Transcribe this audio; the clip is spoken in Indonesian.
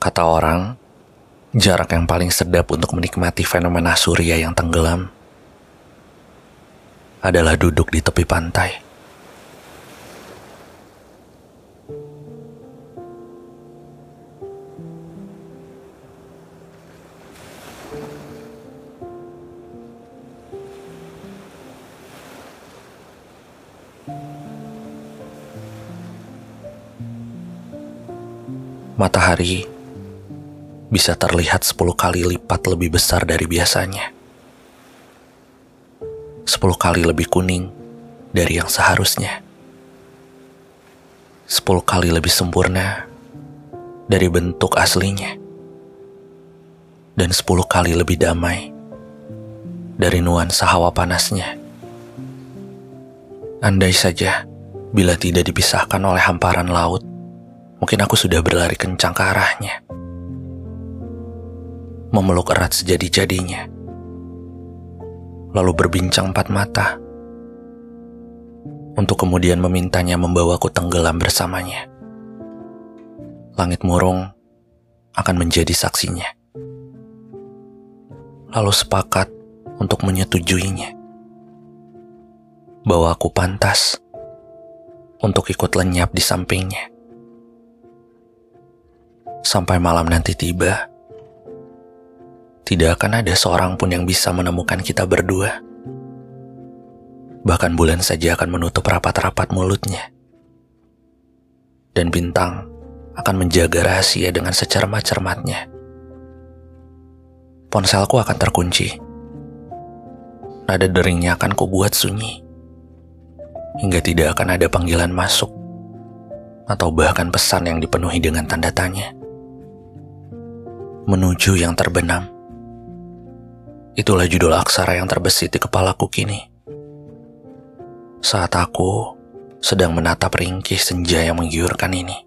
Kata orang, jarak yang paling sedap untuk menikmati fenomena surya yang tenggelam adalah duduk di tepi pantai. Matahari bisa terlihat 10 kali lipat lebih besar dari biasanya. 10 kali lebih kuning dari yang seharusnya. 10 kali lebih sempurna dari bentuk aslinya. Dan 10 kali lebih damai dari nuansa hawa panasnya. Andai saja, bila tidak dipisahkan oleh hamparan laut, mungkin aku sudah berlari kencang ke arahnya. Memeluk erat sejadi-jadinya. Lalu berbincang empat mata. Untuk kemudian memintanya membawaku tenggelam bersamanya. Langit murung akan menjadi saksinya. Lalu sepakat untuk menyetujuinya. Bahwa aku pantas untuk ikut lenyap di sampingnya. Sampai malam nanti tiba, tidak akan ada seorang pun yang bisa menemukan kita berdua. Bahkan bulan saja akan menutup rapat-rapat mulutnya. Dan bintang akan menjaga rahasia dengan secermat-cermatnya. Ponselku akan terkunci. Nada deringnya akan kubuat sunyi. Hingga tidak akan ada panggilan masuk. Atau bahkan pesan yang dipenuhi dengan tanda tanya. Menuju yang terbenam. Itulah judul aksara yang terbesit di kepalaku kini. Saat aku sedang menatap ringkih senja yang menggiurkan ini.